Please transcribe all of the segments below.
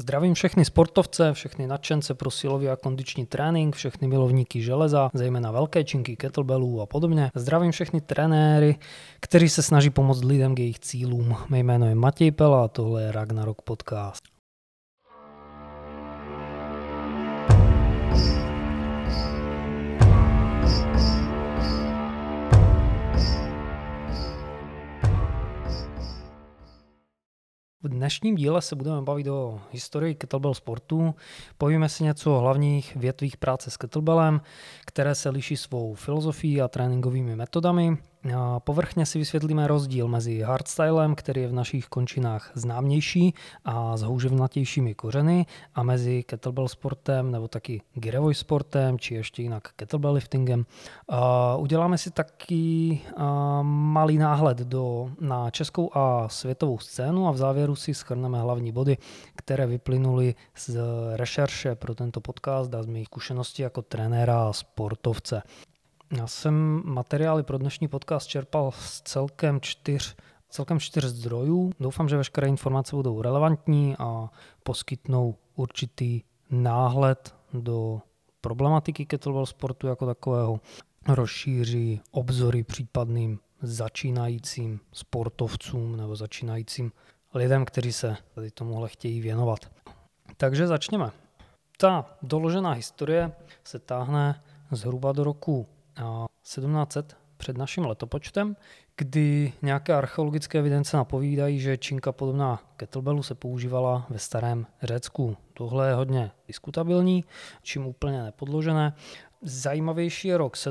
Zdravím všechny sportovce, všechny nadšence pro silový a kondiční trénink, všechny milovníky železa, zejména velké činky, kettlebellů a podobně. Zdravím všechny trenéry, kteří se snaží pomoct lidem k jejich cílům. Mé jméno je Matěj Pela a tohle je Ragnarok podcast. V dnešním díle se budeme bavit o historii kettlebell sportu, povíme si něco o hlavních větvích práce s kettlebellem, které se liší svou filozofií a tréninkovými metodami. Povrchně si vysvětlíme rozdíl mezi hardstylem, který je v našich končinách známější a s houževnatějšími kořeny, a mezi kettlebell sportem nebo taky gearboy sportem, či ještě jinak kettlebell liftingem. Uděláme si taky malý náhled na českou a světovou scénu a v závěru si shrneme hlavní body, které vyplynuly z rešerše pro tento podcast a z mých zkušeností jako trenéra a sportovce. Já jsem materiály pro dnešní podcast čerpal z celkem čtyř zdrojů. Doufám, že veškeré informace budou relevantní a poskytnou určitý náhled do problematiky kettlebell sportu jako takového. Rozšíří obzory případným začínajícím sportovcům nebo začínajícím lidem, kteří se tady tomuhle chtějí věnovat. Takže začněme. Ta doložená historie se táhne zhruba do roku 1700 před naším letopočtem, kdy nějaké archeologické evidence napovídají, že činka podobná kettlebellu se používala ve starém Řecku. Tohle je hodně diskutabilní, čím úplně nepodložené. Zajímavější je rok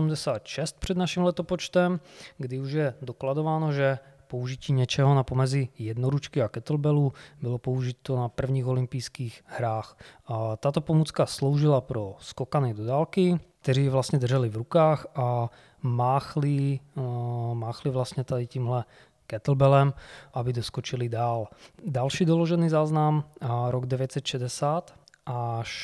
776 před naším letopočtem, kdy už je dokladováno, že použití něčeho na pomezí jednoručky a kettlebellu bylo použito na prvních olympijských hrách. A tato pomůcka sloužila pro skokany do dálky, kteří vlastně drželi v rukách a máchli vlastně tady tímhle kettlebellem, aby doskočili dál. Další doložený záznam rok 960 až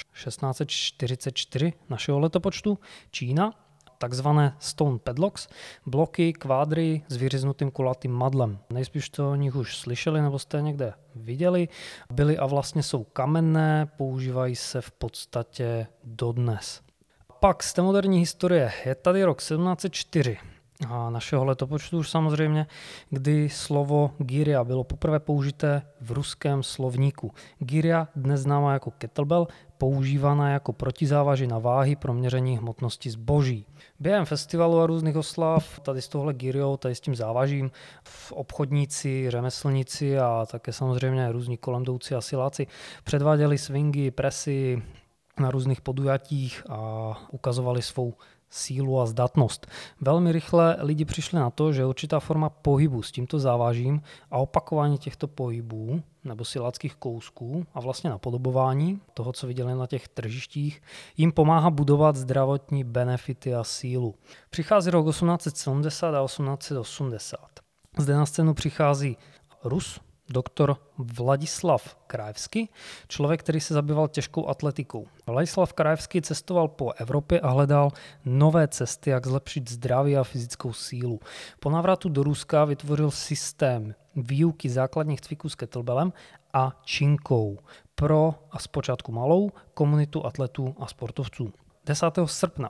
1644 našeho letopočtu, Čína, takzvané stone padlocks, bloky, kvádry s vyřeznutým kulatým madlem. Nejspíš to o nich už slyšeli nebo jste někde viděli. Byly a vlastně jsou kamenné, používají se v podstatě dodnes. Pak z té moderní historie je tady rok 1704 a našeho letopočtu už samozřejmě, kdy slovo gírja bylo poprvé použité v ruském slovníku. Gírja, dnes známá jako kettlebell, používaná jako protizávaží na váhy pro měření hmotnosti zboží. Během festivalu a různých oslav tady s tohle gírjou, tady s tím závažím, obchodníci, řemeslníci a také samozřejmě různí kolemjdoucí a siláci předváděli swingy, presy na různých podujatích a ukazovali svou sílu a zdatnost. Velmi rychle lidi přišli na to, že určitá forma pohybu s tímto závažím a opakování těchto pohybů nebo siláckých kousků a vlastně napodobování toho, co viděli na těch tržištích, jim pomáhá budovat zdravotní benefity a sílu. Přichází rok 1870 a 1880. Zde na scénu přichází Rus, doktor Vladislav Krajevský, člověk, který se zabýval těžkou atletikou. Vladislav Krajevský cestoval po Evropě a hledal nové cesty, jak zlepšit zdraví a fyzickou sílu. Po návratu do Ruska vytvořil systém výuky základních cviků s kettlebellem a činkou pro a zpočátku malou komunitu atletů a sportovců. 10. srpna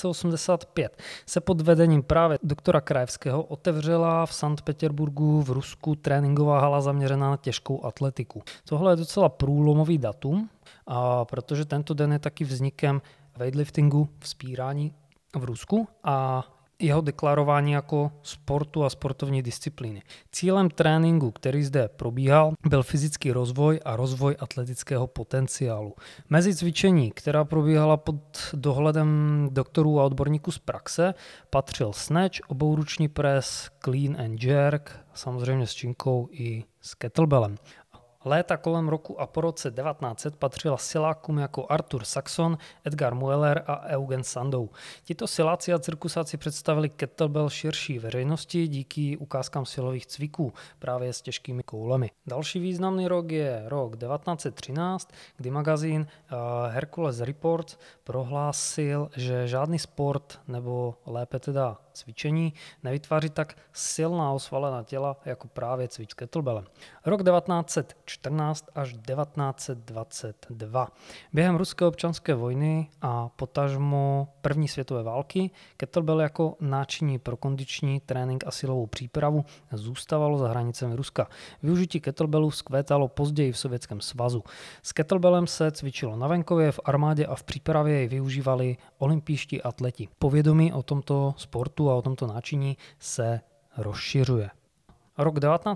1885 se pod vedením právě doktora Krajevského otevřela v Sankt Petěrburgu v Rusku tréninková hala zaměřená na těžkou atletiku. Tohle je docela průlomový datum, protože tento den je taky vznikem weightliftingu, vzpírání v Rusku a jeho deklarování jako sportu a sportovní disciplíny. Cílem tréninku, který zde probíhal, byl fyzický rozvoj a rozvoj atletického potenciálu. Mezi cvičení, která probíhala pod dohledem doktorů a odborníků z praxe, patřil snatch, obouruční pres, clean and jerk, samozřejmě s činkou i s kettlebellem. Léta kolem roku a po roce 1900 patřila silákům jako Arthur Saxon, Edgar Mueller a Eugen Sandow. Tito siláci a cirkusáci představili kettlebell širší veřejnosti díky ukázkám silových cviků právě s těžkými koulemi. Další významný rok je rok 1913, kdy magazín Hercules Report prohlásil, že žádný sport, nebo lépe teda cvičení, nevytváří tak silná osvalená těla jako právě cvič s kettlebellem. Rok 1914 až 1922. Během ruské občanské vojny a potažmo první světové války kettlebell jako náčiní pro kondiční trénink a silovou přípravu zůstávalo za hranicemi Ruska. Využití kettlebellů vzkvétalo později v Sovětském svazu. S kettlebellem se cvičilo na venkově, v armádě a v přípravě jej využívali olympijští atleti. Povědomí o tomto sportu a o tomto náčiní se rozšiřuje. Rok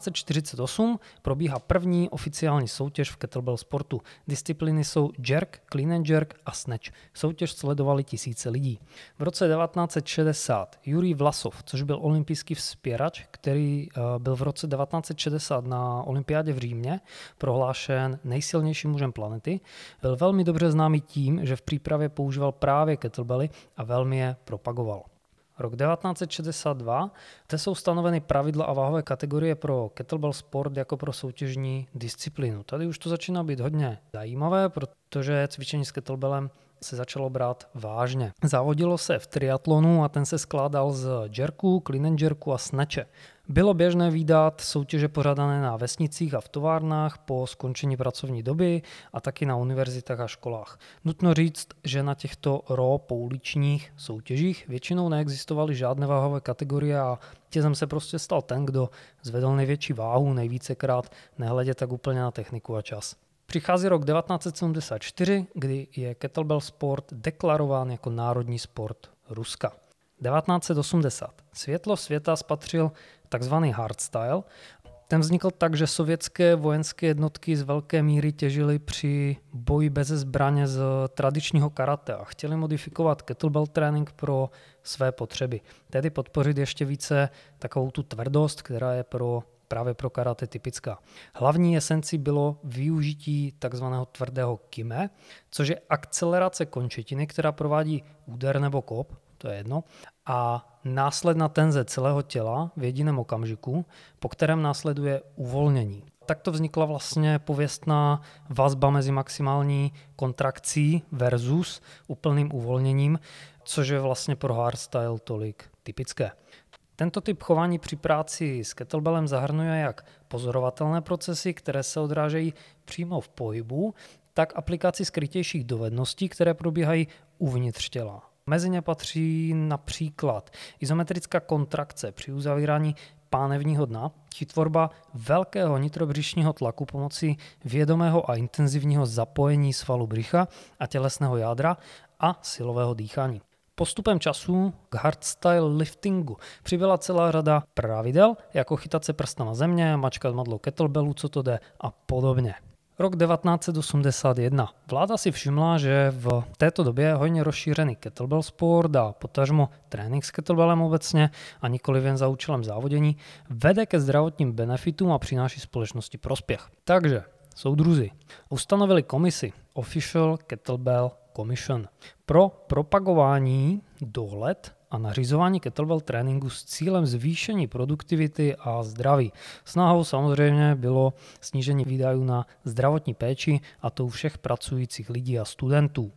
1948 probíhá první oficiální soutěž v kettlebell sportu. Disciplíny jsou jerk, clean and jerk a snatch. Soutěž sledovali tisíce lidí. V roce 1960 Jurij Vlasov, což byl olympijský vzpěrač, který byl v roce 1960 na olympiádě v Římě prohlášen nejsilnějším mužem planety, byl velmi dobře známý tím, že v přípravě používal právě kettlebelly a velmi je propagoval. Rok 1962, zde jsou stanoveny pravidla a váhové kategorie pro kettlebell sport jako pro soutěžní disciplínu. Tady už to začíná být hodně zajímavé, protože cvičení s kettlebellem se začalo brát vážně. Závodilo se v triatlonu a ten se skládal z jerku, clean and jerku a snatche. Bylo běžné vídat soutěže pořádané na vesnicích a v továrnách po skončení pracovní doby a taky na univerzitách a školách. Nutno říct, že na těchto pouličních soutěžích většinou neexistovaly žádné váhové kategorie a vítězem se prostě stal ten, kdo zvedl největší váhu nejvícekrát, nehledě tak úplně na techniku a čas. Přichází rok 1974, kdy je kettlebell sport deklarován jako národní sport Ruska. 1980. Světlo světa spatřil tzv. Hardstyle. Ten vznikl tak, že sovětské vojenské jednotky z velké míry těžily při boji beze zbraně z tradičního karate a chtěli modifikovat kettlebell trénink pro své potřeby. Tedy podpořit ještě více takovou tu tvrdost, která je právě pro karate typická. Hlavní esencí bylo využití takzvaného tvrdého kime, což je akcelerace končetiny, která provádí úder nebo kop, to je jedno, a následná tenze celého těla v jediném okamžiku, po kterém následuje uvolnění. Takto vznikla vlastně pověstná vazba mezi maximální kontrakcí versus úplným uvolněním, což je vlastně pro hardstyle tolik typické. Tento typ chování při práci s kettlebellem zahrnuje jak pozorovatelné procesy, které se odrážejí přímo v pohybu, tak aplikaci skrytějších dovedností, které probíhají uvnitř těla. Mezi ně patří například izometrická kontrakce při uzavírání pánevního dna, či tvorba velkého nitrobřišního tlaku pomocí vědomého a intenzivního zapojení svalu břicha a tělesného jádra a silového dýchání. Postupem času k hardstyle liftingu přibyla celá řada pravidel, jako chytat se prstama země, mačkat madlo kettlebellu, co to jde a podobně. Rok 1981. Vláda si všimla, že v této době je hojně rozšířený kettlebell sport a potažmo trénink s kettlebellem obecně a nikoliv jen za účelem závodění vede ke zdravotním benefitům a přináší společnosti prospěch. Takže soudruzi ustanovili komisi Official Kettlebell Commission pro propagování, dohled a nařizování kettlebell tréninku s cílem zvýšení produktivity a zdraví. Snahou samozřejmě bylo snížení výdajů na zdravotní péči, a to u všech pracujících lidí a studentů.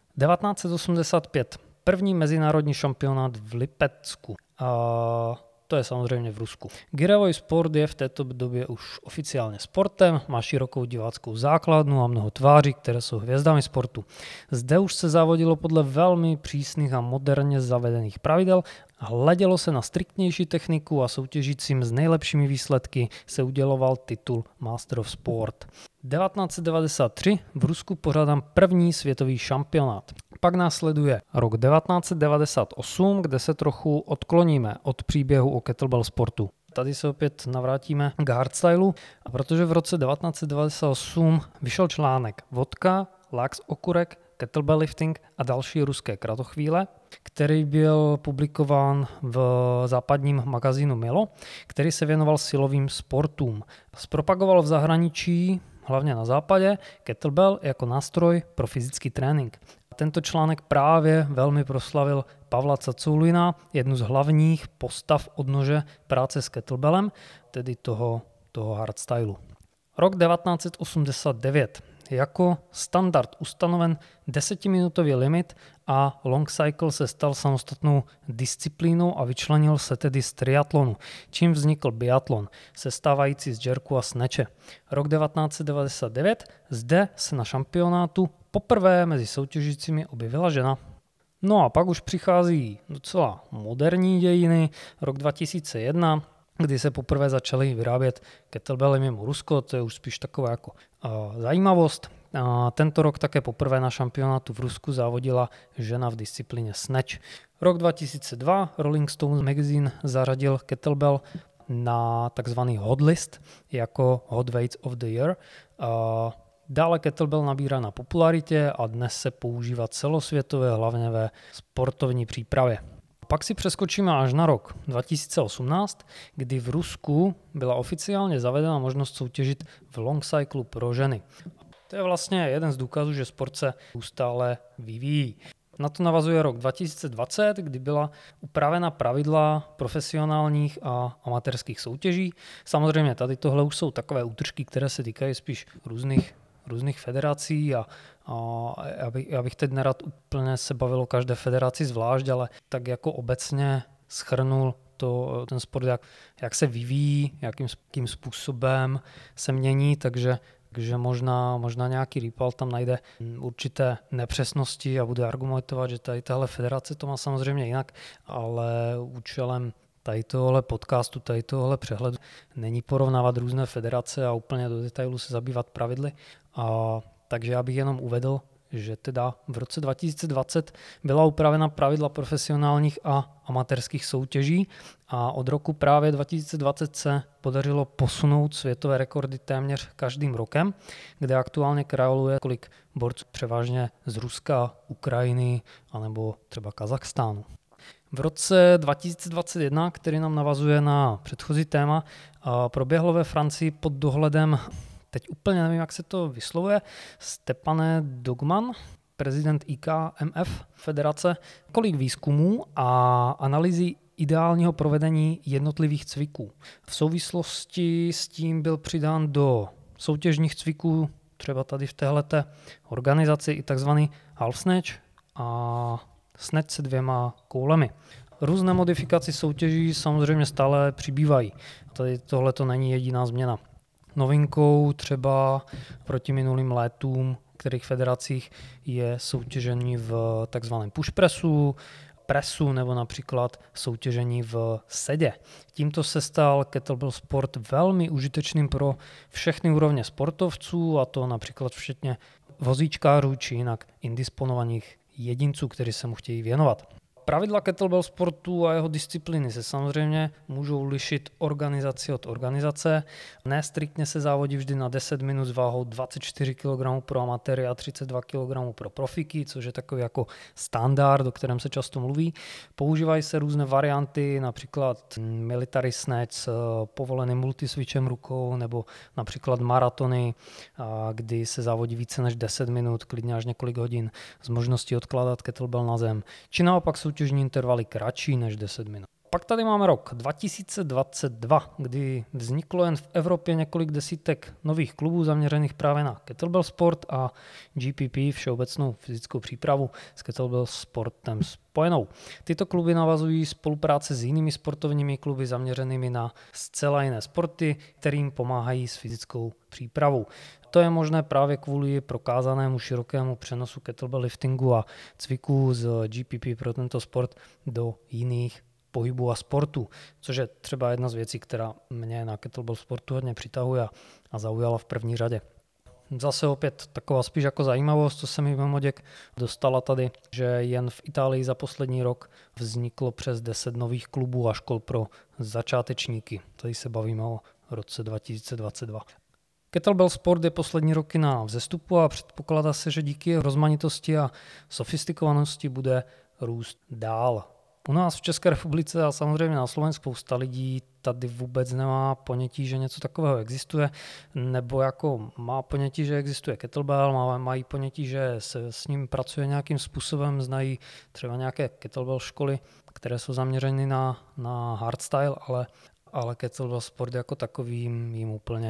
1985. První mezinárodní šampionát v Lipecku. To je samozřejmě v Rusku. Gyrevoj sport je v této době už oficiálně sportem, má širokou diváckou základnu a mnoho tváří, které jsou hvězdami sportu. Zde už se závodilo podle velmi přísných a moderně zavedených pravidel, hledělo se na striktnější techniku a soutěžícím s nejlepšími výsledky se uděloval titul Master of Sport. 1993 v Rusku pořádám první světový šampionát. Pak následuje rok 1998, kde se trochu odkloníme od příběhu o kettlebell sportu. Tady se opět navrátíme k hardstylu, a protože v roce 1998 vyšel článek Vodka, lax okurek, kettlebell lifting a další ruské kratochvíle, který byl publikován v západním magazínu Milo, který se věnoval silovým sportům. Zpropagoval v zahraničí, hlavně na západě, kettlebell jako nástroj pro fyzický trénink. Tento článek právě velmi proslavil Pavla Cacoulina, jednu z hlavních postav odnože práce s kettlebellem, tedy toho hardstylu. Rok 1989. jako standard ustanoven 10-minutový limit a long cycle se stal samostatnou disciplínou a vyčlenil se tedy z triatlonu, čím vznikl biatlon, sestávající z jerku a snatche. Rok 1999, zde se na šampionátu poprvé mezi soutěžícími objevila žena. No a pak už přichází docela moderní dějiny, rok 2001, kdy se poprvé začaly vyrábět kettlebelly mimo Rusko, to je už spíš taková jako zajímavost. Tento rok také poprvé na šampionátu v Rusku závodila žena v disciplíně snatch. Rok 2002 Rolling Stone Magazine zařadil kettlebell na takzvaný hot list jako Hot Weights of the Year. Dále kettlebell nabírá na popularitě a dnes se používá celosvětově, hlavně ve sportovní přípravě. Pak si přeskočíme až na rok 2018, kdy v Rusku byla oficiálně zavedena možnost soutěžit v long cyclu pro ženy. To je vlastně jeden z důkazů, že sport se ustále vyvíjí. Na to navazuje rok 2020, kdy byla upravena pravidla profesionálních a amatérských soutěží. Samozřejmě tady tohle už jsou takové útržky, které se týkají spíš různých federací a já bych teď nerad úplně se bavil o každé federaci zvlášť, ale tak jako obecně shrnul ten sport, jak se vyvíjí, jakým způsobem se mění, takže možná nějaký Ripal tam najde určité nepřesnosti a bude argumentovat, že tady tahle federace to má samozřejmě jinak, ale účelem tady tohle podcastu, tady tohle přehledu není porovnávat různé federace a úplně do detailu se zabývat pravidly. Takže já bych jenom uvedl, že teda v roce 2020 byla upravena pravidla profesionálních a amatérských soutěží a od roku právě 2020 se podařilo posunout světové rekordy téměř každým rokem, kde aktuálně králuje několik borců převážně z Ruska, Ukrajiny anebo třeba Kazachstánu. V roce 2021, který nám navazuje na předchozí téma, proběhlo ve Francii pod dohledem, teď úplně nevím, jak se to vyslovuje, Stepane Dogman, prezident IKMF federace, několik výzkumů a analýzy ideálního provedení jednotlivých cviků. V souvislosti s tím byl přidán do soutěžních cviků, třeba tady v téhleté organizaci, i takzvaný half snatch a snatch se 2 koulemi. Různé modifikace soutěží samozřejmě stále přibývají. Tady tohle to není jediná změna. Novinkou třeba proti minulým létům, v kterých federacích je soutěžení v takzvaném push presu nebo například soutěžení v sedě. Tímto se stal kettlebell sport velmi užitečným pro všechny úrovně sportovců, a to například včetně vozíčkářů či jinak indisponovaných jedinců, kteří se mu chtějí věnovat. Pravidla kettlebell sportu a jeho disciplíny se samozřejmě můžou lišit organizaci od organizace. Nestriktně se závodí vždy na 10 minut s váhou 24 kg pro amatéry a 32 kg pro profiky, což je takový jako standard, o kterém se často mluví. Používají se různé varianty, například military snatch s povoleným multiswitchem rukou nebo například maratony, kdy se závodí více než 10 minut, klidně až několik hodin s možností odkládat kettlebell na zem. Či naopak soutěžní intervaly kratší než 10 minut. Pak tady máme rok 2022, kdy vzniklo jen v Evropě několik desítek nových klubů zaměřených právě na kettlebell sport a GPP, všeobecnou fyzickou přípravu, s kettlebell sportem spojenou. Tyto kluby navazují spolupráce s jinými sportovními kluby zaměřenými na zcela jiné sporty, kterým pomáhají s fyzickou přípravou. To je možné právě kvůli prokázanému širokému přenosu kettlebell liftingu a cviků z GPP pro tento sport do jiných pohybů a sportu, což je třeba jedna z věcí, která mě na kettlebell sportu hodně přitahuje a zaujala v první řadě. Zase opět taková spíš jako zajímavost, co se mi Memoděk dostala tady, že jen v Itálii za poslední rok vzniklo přes 10 nových klubů a škol pro začátečníky. Tady se bavíme o roce 2022. Kettlebell sport je poslední roky na vzestupu a předpokládá se, že díky rozmanitosti a sofistikovanosti bude růst dál. U nás v České republice a samozřejmě na Slovensku spousta lidí tady vůbec nemá ponětí, že něco takového existuje, nebo jako má ponětí, že existuje kettlebell, mají ponětí, že se s ním pracuje nějakým způsobem, znají třeba nějaké kettlebell školy, které jsou zaměřeny na hardstyle, ale kettlebell sport jako takový jim úplně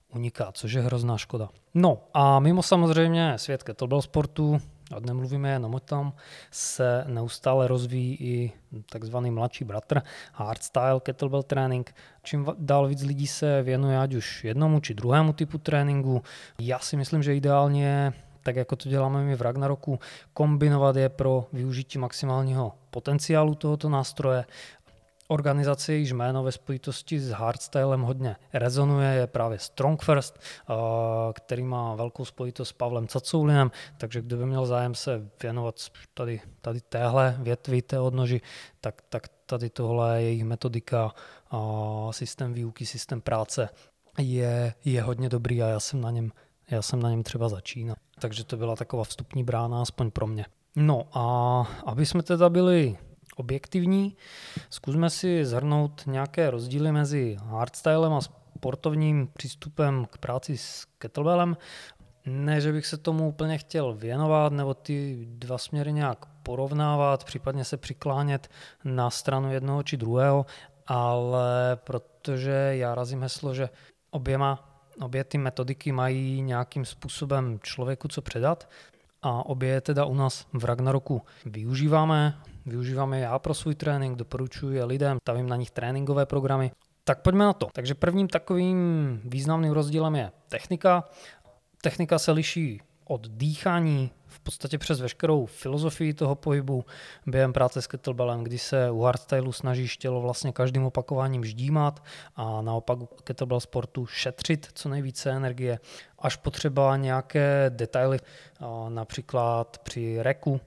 uniká, což je hrozná škoda. No a mimo samozřejmě svět kettlebell sportu, a nemluvíme jenom o tom, se neustále rozvíjí i takzvaný mladší bratr, hardstyle kettlebell trénink. Čím dál víc lidí se věnuje ať už jednomu či druhému typu tréninku. Já si myslím, že ideálně je, tak jako to děláme my v Ragnaroku, kombinovat je pro využití maximálního potenciálu tohoto nástroje. Organizace, jejíž jméno ve spojitosti s hardstylem hodně rezonuje, je právě Strong First, který má velkou spojitost s Pavlem Cacoulinem, takže kdo by měl zájem se věnovat tady téhle větvi, té odnoži, tak tady tohle je jejich metodika, systém výuky, systém práce je hodně dobrý a já jsem na něm třeba začínal. Takže to byla taková vstupní brána, aspoň pro mě. No a aby jsme teda byli objektivní, zkusme si shrnout nějaké rozdíly mezi hardstylem a sportovním přístupem k práci s kettlebellem. Ne, že bych se tomu úplně chtěl věnovat nebo ty dva směry nějak porovnávat, případně se přiklánět na stranu jednoho či druhého, ale protože já razím heslo, že obě ty metodiky mají nějakým způsobem člověku co předat a obě je teda u nás v Ragnaroku využíváme já pro svůj trénink, doporučuji je lidem, stavím na nich tréninkové programy. Tak pojďme na to. Takže prvním takovým významným rozdílem je technika. Technika se liší od dýchání v podstatě přes veškerou filozofii toho pohybu během práce s kettlebellem, kdy se u hardstylu snažíš tělo vlastně každým opakováním ždímat a naopak u kettlebell sportu šetřit co nejvíce energie, až potřeba nějaké detaily, například při reku,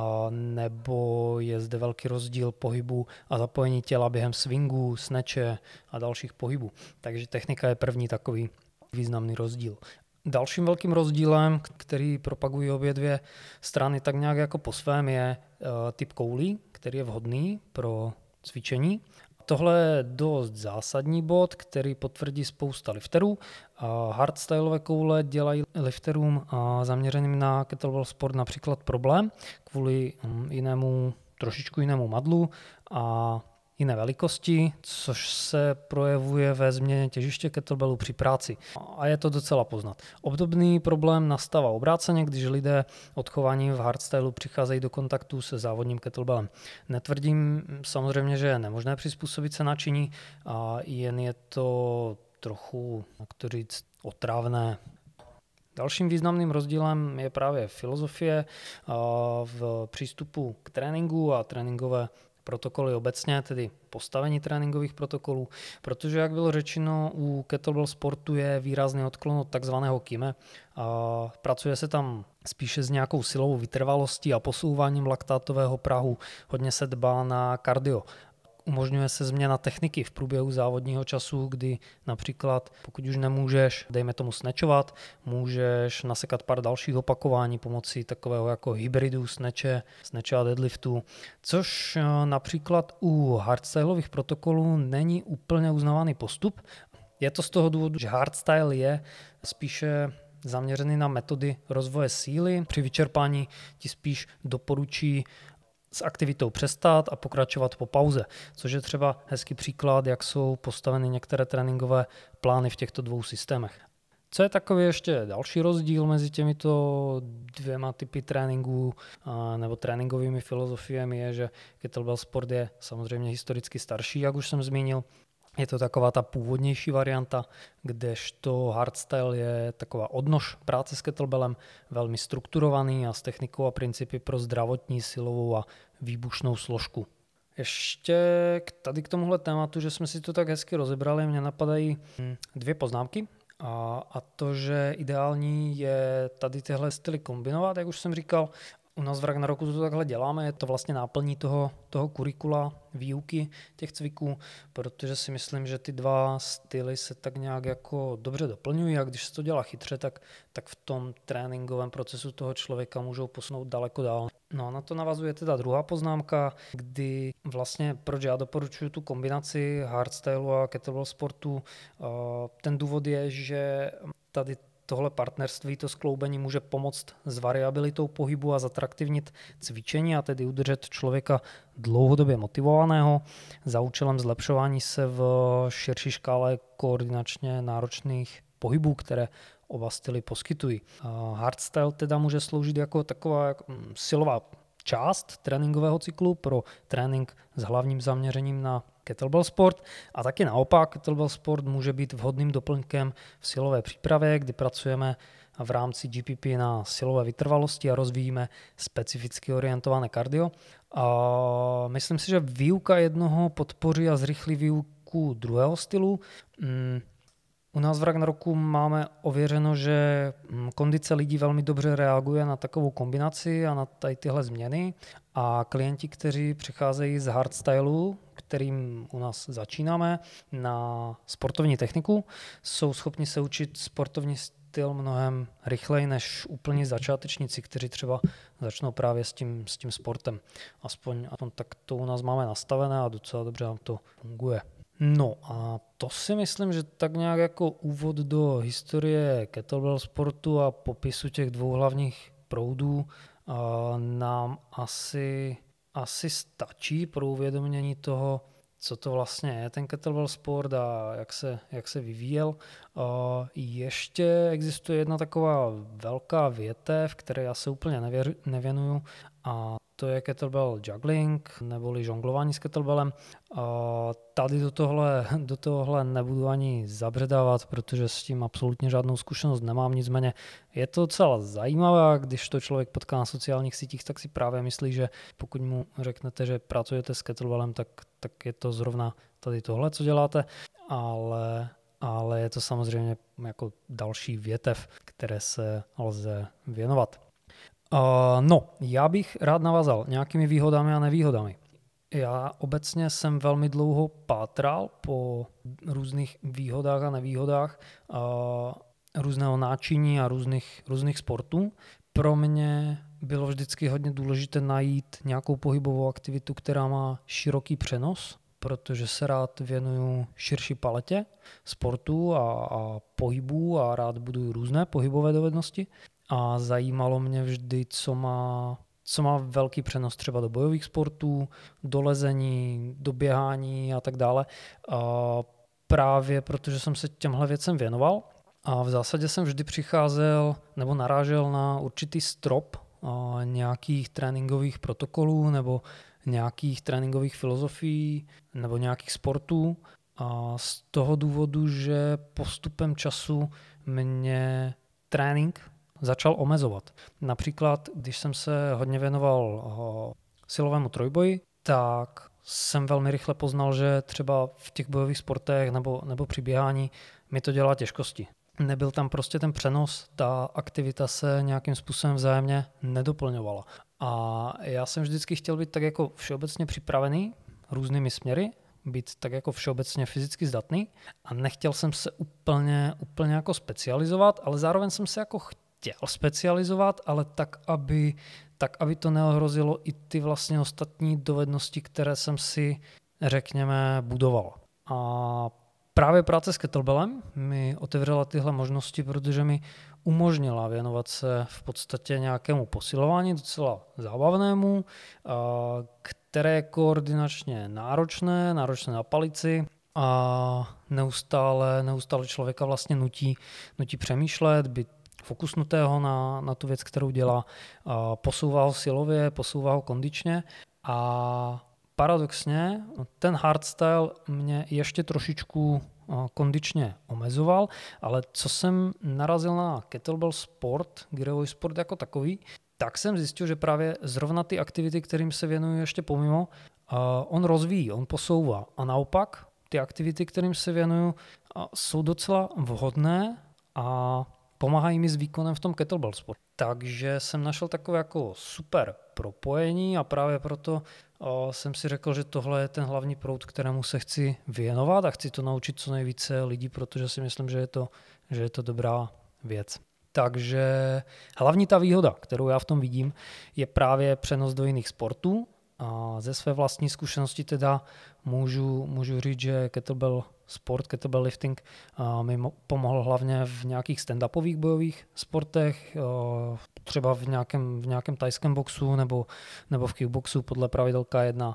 nebo je zde velký rozdíl pohybu a zapojení těla během swingu, snatche a dalších pohybů. Takže technika je první takový významný rozdíl. Dalším velkým rozdílem, který propagují obě dvě strany tak nějak jako po svém, je typ koulí, který je vhodný pro cvičení. Tohle je dost zásadní bod, který potvrdí spousta lifterů. Hardstylové koule dělají lifterům zaměřeným na kettlebell sport například problém kvůli trošičku jinému madlu a jiné velikosti, což se projevuje ve změně těžiště kettlebellu při práci. A je to docela poznat. Obdobný problém nastává obráceně, když lidé odchováním v hardstylu přicházejí do kontaktu se závodním kettlebellem. Netvrdím samozřejmě, že je nemožné přizpůsobit se načiní, a jen je to trochu, jak to říct, otravné. Dalším významným rozdílem je právě filozofie v přístupu k tréninku a tréninkové protokoly obecně, tedy postavení tréninkových protokolů, protože, jak bylo řečeno, u kettlebell sportu je výrazný odklon od takzvaného KIME. Pracuje se tam spíše s nějakou silovou vytrvalostí a posouváním laktátového prahu. Hodně se dbá na kardio. Umožňuje se změna techniky v průběhu závodního času, kdy například, pokud už nemůžeš, dejme tomu snatchovat, můžeš nasekat pár dalších opakování pomocí takového jako hybridu snatche a deadliftu, což například u hardstyleových protokolů není úplně uznávaný postup. Je to z toho důvodu, že hardstyle je spíše zaměřený na metody rozvoje síly. Při vyčerpání ti spíš doporučí s aktivitou přestat a pokračovat po pauze, což je třeba hezký příklad, jak jsou postaveny některé tréninkové plány v těchto dvou systémech. Co je takový ještě další rozdíl mezi těmito dvěma typy tréninků nebo tréninkovými filozofiemi je, že kettlebell sport je samozřejmě historicky starší, jak už jsem zmínil. Je to taková ta původnější varianta, kdežto hardstyle je taková odnož práce s kettlebellem, velmi strukturovaný a s technikou a principy pro zdravotní, silovou a výbušnou složku. Ještě tady k tomuhle tématu, že jsme si to tak hezky rozebrali, mě napadají dvě poznámky. A to, že ideální je tady tyhle styly kombinovat, jak už jsem říkal. U nás v Ragnaroku to takhle děláme, je to vlastně náplní toho kurikula výuky těch cviků, protože si myslím, že ty dva styly se tak nějak jako dobře doplňují a když se to dělá chytře, tak v tom tréninkovém procesu toho člověka můžou posunout daleko dál. No a na to navazuje teda druhá poznámka, kdy vlastně proč já doporučuji tu kombinaci hardstylu a kettlebell sportu. Ten důvod je, že tady tohle partnerství, to skloubení může pomoct s variabilitou pohybu a zatraktivnit cvičení a tedy udržet člověka dlouhodobě motivovaného za účelem zlepšování se v širší škále koordinačně náročných pohybů, které oba styly poskytují. Hardstyle teda může sloužit jako taková silová část tréninkového cyklu pro trénink s hlavním zaměřením na kettlebell sport a taky naopak kettlebell sport může být vhodným doplňkem v silové přípravě, kdy pracujeme v rámci GPP na silové vytrvalosti a rozvíjíme specificky orientované kardio. A myslím si, že výuka jednoho podpoří a zrychlí výuku druhého stylu. U nás v Ragnaroku máme ověřeno, že kondice lidí velmi dobře reaguje na takovou kombinaci a na tady tyhle změny a klienti, kteří přicházejí z hardstylu, kterým u nás začínáme, na sportovní techniku, jsou schopni se učit sportovní styl mnohem rychleji než úplní začátečníci, kteří třeba začnou právě s tím sportem. Aspoň tak to u nás máme nastavené a docela dobře nám to funguje. No a to si myslím, že tak nějak jako úvod do historie kettlebell sportu a popisu těch dvou hlavních proudů nám asi stačí pro uvědomění toho, co to vlastně je ten kettlebell sport a jak se vyvíjel. Ještě existuje jedna taková velká větev, které já se úplně nevěnuju, a to je kettlebell juggling, neboli žonglování s kettlebellem. Tady do tohohle nebudu ani zabředávat, protože s tím absolutně žádnou zkušenost nemám, nicméně je to docela zajímavé, když to člověk potká na sociálních sítích, tak si právě myslí, že pokud mu řeknete, že pracujete s kettlebellem, tak je to zrovna tady tohle, co děláte, ale je to samozřejmě jako další větev, které se lze věnovat. Já bych rád navázal nějakými výhodami a nevýhodami. Já obecně jsem velmi dlouho pátral po různých výhodách a nevýhodách různého náčiní a různých sportů. Pro mě bylo vždycky hodně důležité najít nějakou pohybovou aktivitu, která má široký přenos, protože se rád věnuju širší paletě sportů a pohybů a rád buduju různé pohybové dovednosti. A zajímalo mě vždy, co má velký přenos třeba do bojových sportů, do lezení, do běhání a tak dále. Právě protože jsem se těmhle věcem věnoval a v zásadě jsem vždy přicházel nebo narážel na určitý strop nějakých tréninkových protokolů nebo nějakých tréninkových filozofií nebo nějakých sportů. A z toho důvodu, že postupem času mě trénink začal omezovat. Například, když jsem se hodně věnoval silovému trojboji, tak jsem velmi rychle poznal, že třeba v těch bojových sportech nebo při běhání mi to dělá těžkosti. Nebyl tam prostě ten přenos, ta aktivita se nějakým způsobem vzájemně nedoplňovala. A já jsem vždycky chtěl být tak jako všeobecně připravený různými směry, být tak jako všeobecně fyzicky zdatný a nechtěl jsem se úplně jako specializovat, ale zároveň jsem se jako chtěl specializovat, ale tak, aby to neohrozilo i ty vlastně ostatní dovednosti, které jsem si, řekněme, budoval. A právě práce s kettlebellem mi otevřela tyhle možnosti, protože mi umožnila věnovat se v podstatě nějakému posilování, docela zábavnému, které je koordinačně náročné na palici a neustále člověka vlastně nutí přemýšlet, být fokusnutého na tu věc, kterou dělá, posouvá ho silově, posouvá ho kondičně a paradoxně ten hardstyle mě ještě trošičku kondičně omezoval, ale co jsem narazil na kettlebell sport, gyrový sport jako takový, tak jsem zjistil, že právě zrovna ty aktivity, kterým se věnuju ještě pomimo, on rozvíjí, on posouvá a naopak ty aktivity, kterým se věnuju, jsou docela vhodné a pomáhají mi s výkonem v tom kettlebell sportu. Takže jsem našel takové jako super propojení a právě proto jsem si řekl, že tohle je ten hlavní proud, kterému se chci věnovat a chci to naučit co nejvíce lidí, protože si myslím, že je to dobrá věc. Takže hlavní ta výhoda, kterou já v tom vidím, je právě přenos do jiných sportů. A ze své vlastní zkušenosti teda můžu říct, že kettlebell sport, kettlebell lifting mi pomohl hlavně v nějakých stand-upových bojových sportech, třeba v nějakém thajském boxu nebo v kickboxu podle pravidel K1.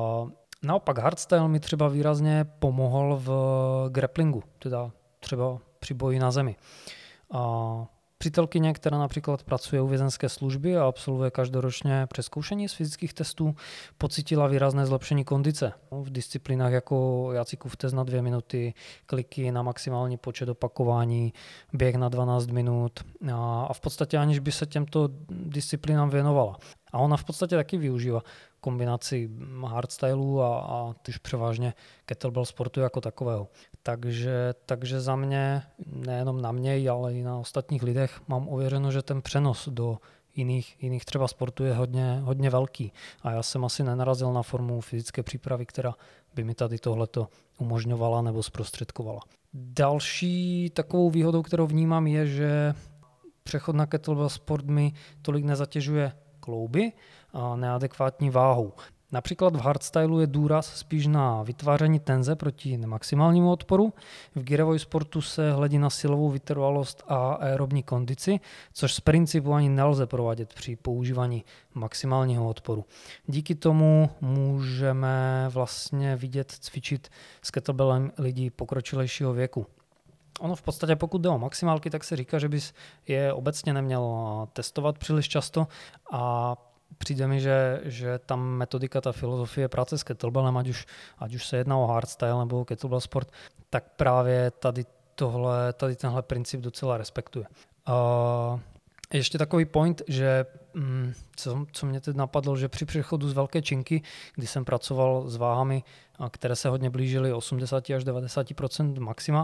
Naopak hardstyle mi třeba výrazně pomohl v grapplingu, teda třeba při boji na zemi. A přítelkyně, která například pracuje u vězenské služby a absolvuje každoročně přezkoušení z fyzických testů, pocítila výrazné zlepšení kondice v disciplínách jako Jacikův test na 2 minuty, kliky na maximální počet opakování, běh na 12 minut a v podstatě aniž by se těmto disciplínám věnovala. A ona v podstatě taky využívá kombinaci hardstylu a tyž převážně kettlebell sportu jako takového. Takže za mě, nejenom na mě, ale i na ostatních lidech mám ověřeno, že ten přenos do jiných třeba sportů je hodně velký. A já jsem asi nenarazil na formu fyzické přípravy, která by mi tady tohleto umožňovala nebo zprostředkovala. Další takovou výhodou, kterou vnímám, je, že přechod na kettlebell sport mi tolik nezatěžuje klouby a neadekvátní váhou. Například v hardstylu je důraz spíš na vytváření tenze proti maximálnímu odporu. V gearovém sportu se hledí na silovou vytrvalost a aerobní kondici, což z principu ani nelze provádět při používání maximálního odporu. Díky tomu můžeme vlastně vidět cvičit s kettlebellem lidí pokročilejšího věku. Ono v podstatě, pokud jde o maximálky, tak se říká, že bys je obecně neměl testovat příliš často a přijde mi, že ta metodika, ta filozofie práce s kettlebellem, ať už se jedná o hardstyle nebo o kettlebell sport, tak právě tady tenhle princip docela respektuje. Ještě takový point, že co mě teď napadlo, že při přechodu z velké činky, kdy jsem pracoval s váhami, které se hodně blížily 80 až 90% maxima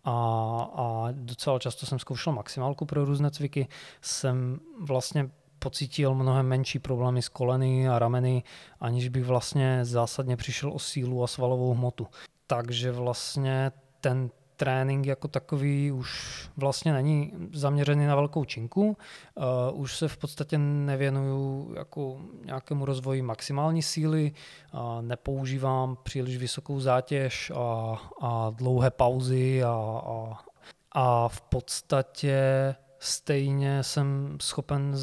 a docela často jsem zkoušel maximálku pro různé cviky, jsem vlastně pocítil mnohem menší problémy s koleny a rameny, aniž bych vlastně zásadně přišel o sílu a svalovou hmotu. Takže vlastně ten trénink jako takový už vlastně není zaměřený na velkou činku. Už se v podstatě nevěnuju jako nějakému rozvoji maximální síly, nepoužívám příliš vysokou zátěž a dlouhé pauzy a v podstatě stejně jsem schopen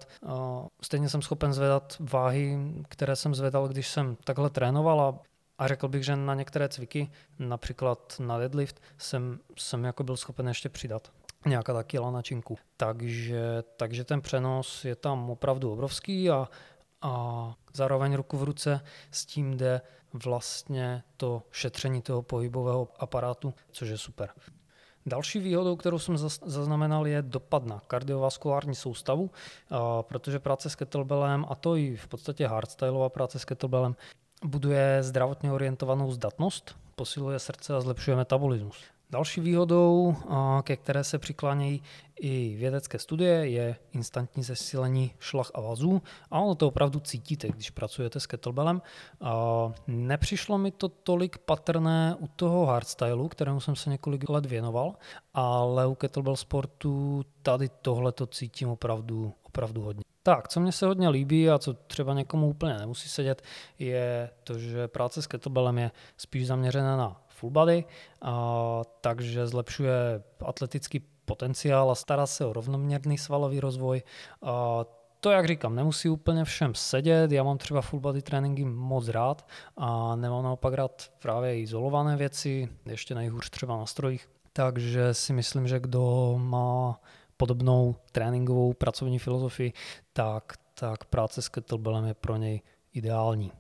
zvedat váhy, které jsem zvedal, když jsem takhle trénoval a řekl bych, že na některé cviky, například na deadlift, jsem jako byl schopen ještě přidat nějaká ta kila na činku. Takže ten přenos je tam opravdu obrovský a zároveň ruku v ruce s tím jde vlastně to šetření toho pohybového aparátu, což je super. Další výhodou, kterou jsem zaznamenal, je dopad na kardiovaskulární soustavu, protože práce s kettlebellem, a to i v podstatě hardstyleová práce s kettlebellem, buduje zdravotně orientovanou zdatnost, posiluje srdce a zlepšuje metabolismus. Další výhodou, ke které se přiklánějí i vědecké studie, je instantní zesílení šlach a vazů. A ono to opravdu cítíte, když pracujete s kettlebellem. Nepřišlo mi to tolik patrné u toho hardstylu, kterému jsem se několik let věnoval, ale u kettlebell sportu tady tohle to cítím opravdu hodně. Tak, co mně se hodně líbí a co třeba někomu úplně nemusí sedět, je to, že práce s kettlebellem je spíš zaměřená na full body, takže zlepšuje atletický potenciál a stará se o rovnoměrný svalový rozvoj. To, jak říkám, nemusí úplně všem sedět, já mám třeba full body tréninky moc rád a nemám naopak rád právě izolované věci, ještě nejhůř třeba na strojích. Takže si myslím, že kdo má podobnou tréninkovou pracovní filozofii, tak práce s kettlebellem je pro něj ideální.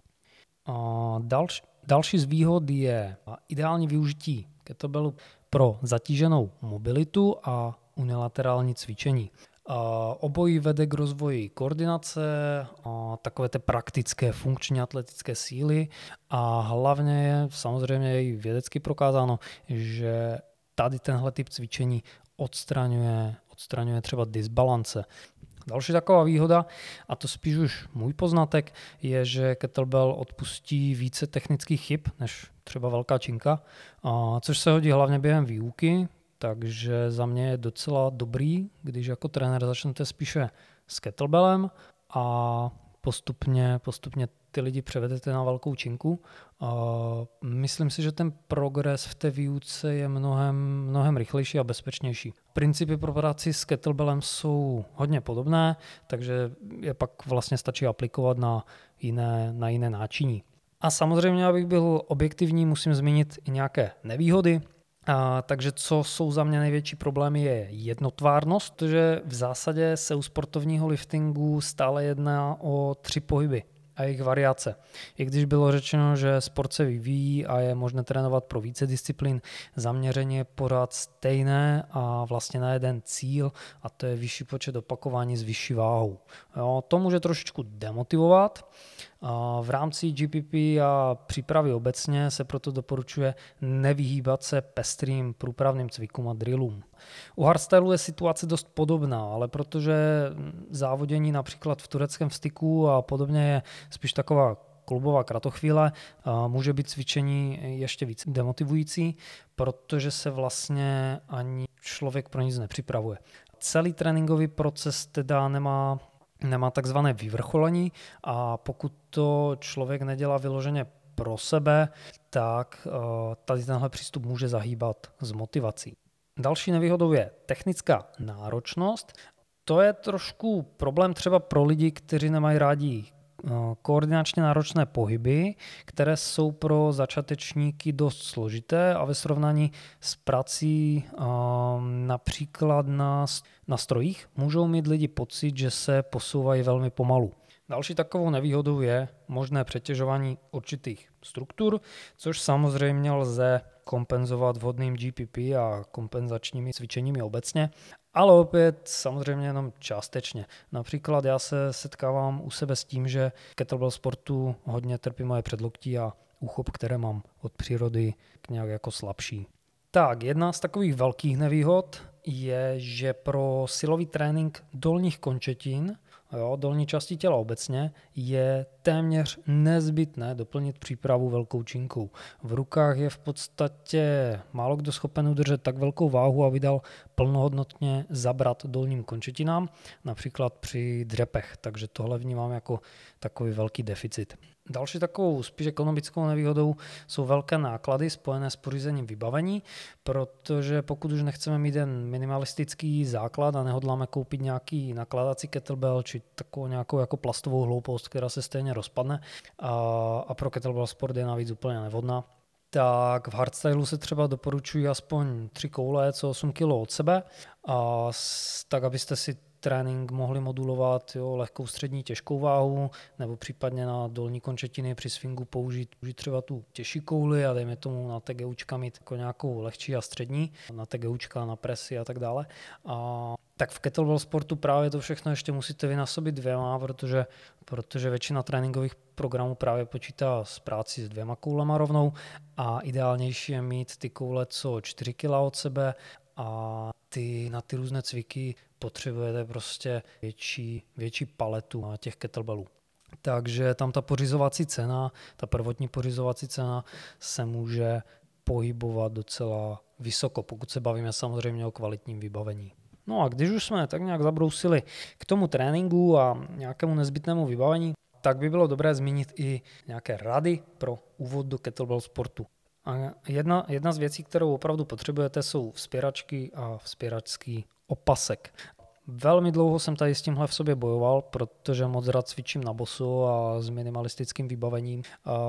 Další z výhod je ideální využití kettlebellu pro zatíženou mobilitu a unilaterální cvičení. Obojí vede k rozvoji koordinace, takové té praktické funkční atletické síly a hlavně je samozřejmě i vědecky prokázáno, že tady tenhle typ cvičení odstraňuje třeba disbalance. Další taková výhoda, a to spíš už můj poznatek, je, že kettlebell odpustí více technických chyb než třeba velká činka, což se hodí hlavně během výuky, takže za mě je docela dobrý, když jako trenér začnete spíše s kettlebellem a postupně ty lidi převedete na velkou činku. Myslím si, že ten progres v té výuce je mnohem rychlejší a bezpečnější. Principy pro práci s kettlebellem jsou hodně podobné, takže je pak vlastně stačí aplikovat na jiné náčiní. A samozřejmě, abych byl objektivní, musím zmínit i nějaké nevýhody. Takže co jsou za mě největší problémy je jednotvárnost, protože v zásadě se u sportovního liftingu stále jedná o 3 pohyby a jejich variace. I když bylo řečeno, že sport se vyvíjí a je možné trénovat pro více disciplín, zaměření je pořád stejné a vlastně na jeden cíl, a to je vyšší počet opakování s vyšší váhou. Jo, to může trošičku demotivovat. V rámci GPP a přípravy obecně se proto doporučuje nevyhýbat se pestrým průpravným cvikům a drillům. U hardstylu je situace dost podobná, ale protože závodění například v tureckém styku a podobně je spíš taková klubová kratochvíle, může být cvičení ještě víc demotivující, protože se vlastně ani člověk pro nic nepřipravuje. Celý tréninkový proces teda nemá takzvané vyvrcholení a pokud to člověk nedělá vyloženě pro sebe, tak tady tenhle přístup může zahýbat s motivací. Další nevýhodou je technická náročnost. To je trošku problém třeba pro lidi, kteří nemají rádi koordinačně náročné pohyby, které jsou pro začátečníky dost složité a ve srovnání s prací například na strojích můžou mít lidi pocit, že se posouvají velmi pomalu. Další takovou nevýhodou je možné přetěžování určitých struktur, což samozřejmě lze kompenzovat vhodným GPP a kompenzačními cvičeními obecně, ale opět samozřejmě jenom částečně. Například já se setkávám u sebe s tím, že kettlebell sportu hodně trpí moje předloktí a úchop, které mám od přírody nějak jako slabší. Tak, jedna z takových velkých nevýhod je, že pro silový trénink dolních končetin, dolní části těla obecně, je téměř nezbytné doplnit přípravu velkou činkou. V rukách je v podstatě málo kdo schopen udržet tak velkou váhu, aby dal plnohodnotně zabrat dolním končetinám, například při dřepech, takže tohle vnímám jako takový velký deficit. Další takovou spíš ekonomickou nevýhodou jsou velké náklady spojené s pořízením vybavení, protože pokud už nechceme mít jen minimalistický základ a nehodláme koupit nějaký nakladací kettlebell či takovou nějakou jako plastovou hloupost, která se stejně rozpadne a pro kettlebell sport je navíc úplně nevhodná, tak v hardstylu se třeba doporučují aspoň 3 koule co 8 kg od sebe, tak abyste si trénink mohli modulovat lehkou střední těžkou váhu nebo případně na dolní končetiny při swingu použít třeba tu těžší kouli a dejme tomu na TGUčka mít jako nějakou lehčí a střední, na TGUčka, na presy a tak dále. Tak v kettlebell sportu právě to všechno ještě musíte vynásobit 2, protože většina tréninkových programů právě počítá s práci s 2 koulema rovnou a ideálnější je mít ty koule co 4 kg od sebe a na ty různé cviky potřebujete prostě větší paletu těch kettlebellů. Takže tam ta pořizovací cena, ta prvotní pořizovací cena se může pohybovat docela vysoko, pokud se bavíme samozřejmě o kvalitním vybavení. No a když už jsme tak nějak zabrousili k tomu tréninku a nějakému nezbytnému vybavení, tak by bylo dobré zmínit i nějaké rady pro úvod do kettlebell sportu. A jedna z věcí, kterou opravdu potřebujete, jsou vzpěračky a vzpěračský opasek. Velmi dlouho jsem tady s tímhle v sobě bojoval, protože moc rád cvičím na boso a s minimalistickým vybavením,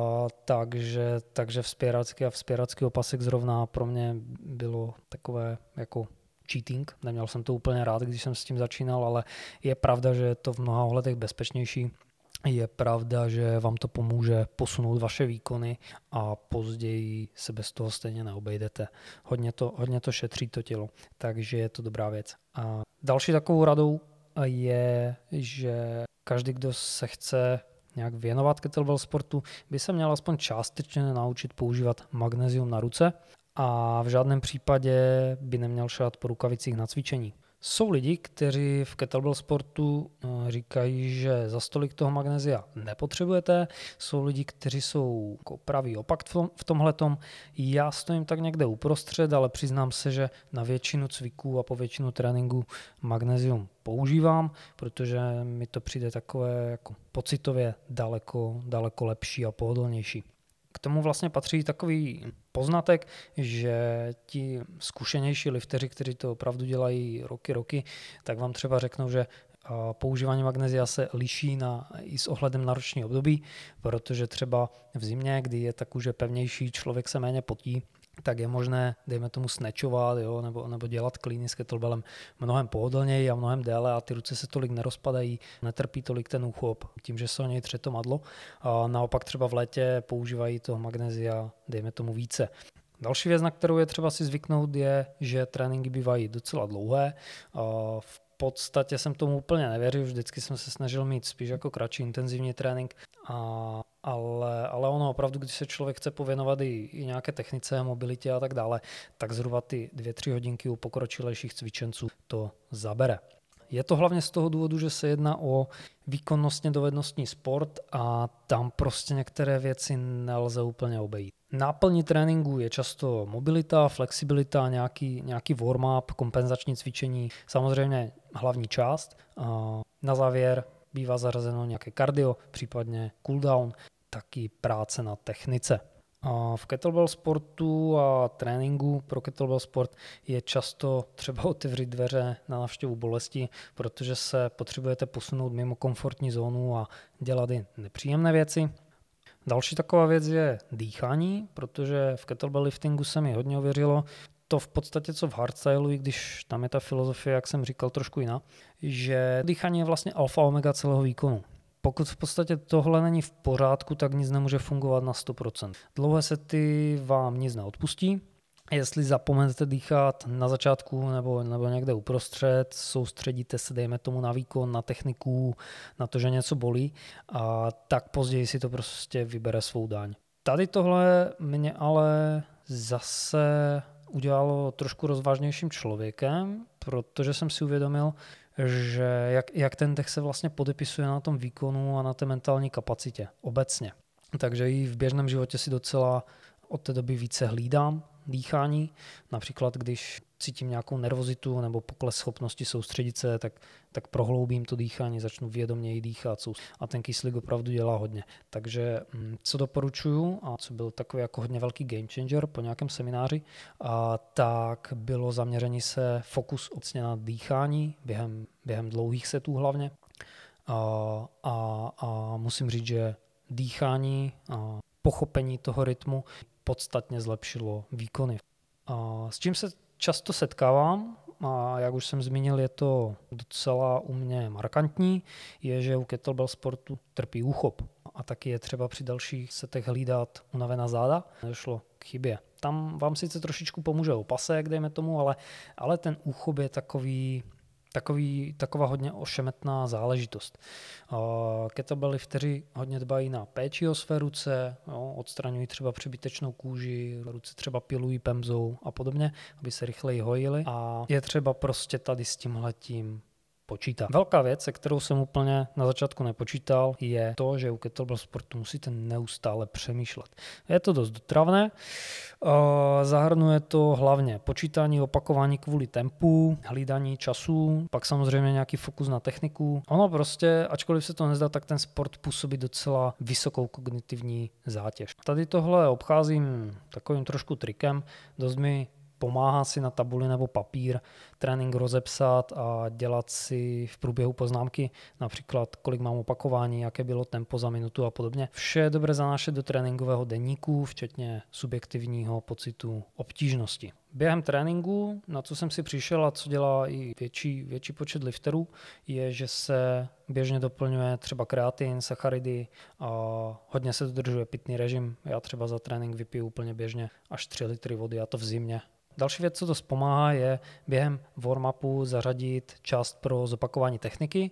takže vzpěračky a vzpěračský opasek zrovna pro mě bylo takové jako cheating. Neměl jsem to úplně rád, když jsem s tím začínal, ale je pravda, že je to v mnoha ohledech bezpečnější. Je pravda, že vám to pomůže posunout vaše výkony a později se bez toho stejně neobejdete. Hodně to šetří to tělo, takže je to dobrá věc. A další takovou radou je, že každý, kdo se chce nějak věnovat kettlebell sportu, by se měl aspoň částečně naučit používat magnézium na ruce a v žádném případě by neměl šát po rukavicích na cvičení. Jsou lidi, kteří v kettlebell sportu říkají, že za stolik toho magnézia nepotřebujete. Jsou lidi, kteří jsou jako pravý opak v tomhletom. Já stojím tak někde uprostřed, ale přiznám se, že na většinu cviků a po většinu tréninku magnézium používám, protože mi to přijde takové jako pocitově daleko lepší a pohodlnější. K tomu vlastně patří takový poznatek, že ti zkušenější lifteři, kteří to opravdu dělají roky, tak vám třeba řeknou, že používání magnézia se liší i s ohledem na roční období, protože třeba v zimě, kdy je ta kůže pevnější, člověk se méně potí tak je možné, dejme tomu, snatchovat, jo, nebo dělat cleany s kettlebellem mnohem pohodlněji a mnohem déle a ty ruce se tolik nerozpadají, netrpí tolik ten úchop tím, že se o něj tře to madlo. A naopak třeba v létě používají toho magnézia, dejme tomu, více. Další věc, na kterou je třeba si zvyknout, je, že tréninky bývají docela dlouhé. V podstatě jsem tomu úplně nevěřil, vždycky jsem se snažil mít spíš jako kratší intenzivní trénink, ale ono opravdu, když se člověk chce pověnovat i nějaké technice, mobilitě a tak dále, tak zhruba ty 2-3 hodinky u pokročilejších cvičenců to zabere. Je to hlavně z toho důvodu, že se jedná o výkonnostně dovednostní sport a tam prostě některé věci nelze úplně obejít. Náplní tréninku je často mobilita, flexibilita, nějaký warm-up, kompenzační cvičení, samozřejmě hlavní část. Na závěr bývá zařazeno nějaké kardio, případně cooldown, taky práce na technice. V kettlebell sportu a tréninku pro kettlebell sport je často třeba otevřít dveře na návštěvu bolesti, protože se potřebujete posunout mimo komfortní zónu a dělat i nepříjemné věci. Další taková věc je dýchání, protože v kettlebell liftingu se mi hodně ověřilo, to v podstatě co v hardstylu, i když tam je ta filozofie, jak jsem říkal, trošku jiná, že dýchání je vlastně alfa omega celého výkonu. Pokud v podstatě tohle není v pořádku, tak nic nemůže fungovat na 100%. Dlouhé sety vám nic neodpustí. Jestli zapomenete dýchat na začátku nebo někde uprostřed, soustředíte se, dejme tomu, na výkon, na techniku, na to, že něco bolí, a tak později si to prostě vybere svou daň. Tady tohle mě ale zase udělalo trošku rozvážnějším člověkem, protože jsem si uvědomil, že jak ten dech se vlastně podepisuje na tom výkonu a na té mentální kapacitě obecně. Takže i v běžném životě si docela od té doby více hlídám dýchání. Například, když cítím nějakou nervozitu nebo pokles schopnosti soustředit se, tak prohloubím to dýchání, začnu vědoměji dýchat a ten kyslík opravdu dělá hodně. Takže co doporučuju a co byl takový jako hodně velký game changer po nějakém semináři, tak bylo zaměření se fokus obecně na dýchání během dlouhých setů hlavně. A musím říct, že dýchání a pochopení toho rytmu podstatně zlepšilo výkony. S čím se často setkávám, a jak už jsem zmínil, je to docela u mě markantní, je, že u kettlebell sportu trpí úchop. A taky je třeba při dalších setech hlídat unavená záda. Nedošlo k chybě. Tam vám sice trošičku pomůže opasek, dejme tomu, ale ten úchop je taková hodně ošemetná záležitost. Kettlebell lifteři hodně dbají na péči o své ruce, odstraňují třeba přebytečnou kůži, ruce třeba pilují pemzou a podobně, aby se rychleji hojily, a je třeba prostě tady s tímhletím počítat. Velká věc, se kterou jsem úplně na začátku nepočítal, je to, že u kettlebell sportu musíte neustále přemýšlet. Je to dost otravné, zahrnuje to hlavně počítání, opakování kvůli tempu, hlídání času, pak samozřejmě nějaký fokus na techniku. Ono prostě, ačkoliv se to nezdá, tak ten sport působí docela vysokou kognitivní zátěž. Tady tohle obcházím takovým trošku trikem, dost mi pomáhá si na tabuli nebo papír trénink rozepsat a dělat si v průběhu poznámky, například kolik mám opakování, jaké bylo tempo za minutu a podobně. Vše je dobré zanášet do tréninkového deníku, včetně subjektivního pocitu obtížnosti. Během tréninku, na co jsem si přišel a co dělá i větší počet lifterů, je, že se běžně doplňuje třeba kreatin, sacharidy a hodně se dodržuje pitný režim. Já třeba za trénink vypiju úplně běžně až 3 litry vody, a to v zimě. Další věc, co to pomáhá, je během warm-upu zařadit část pro zopakování techniky,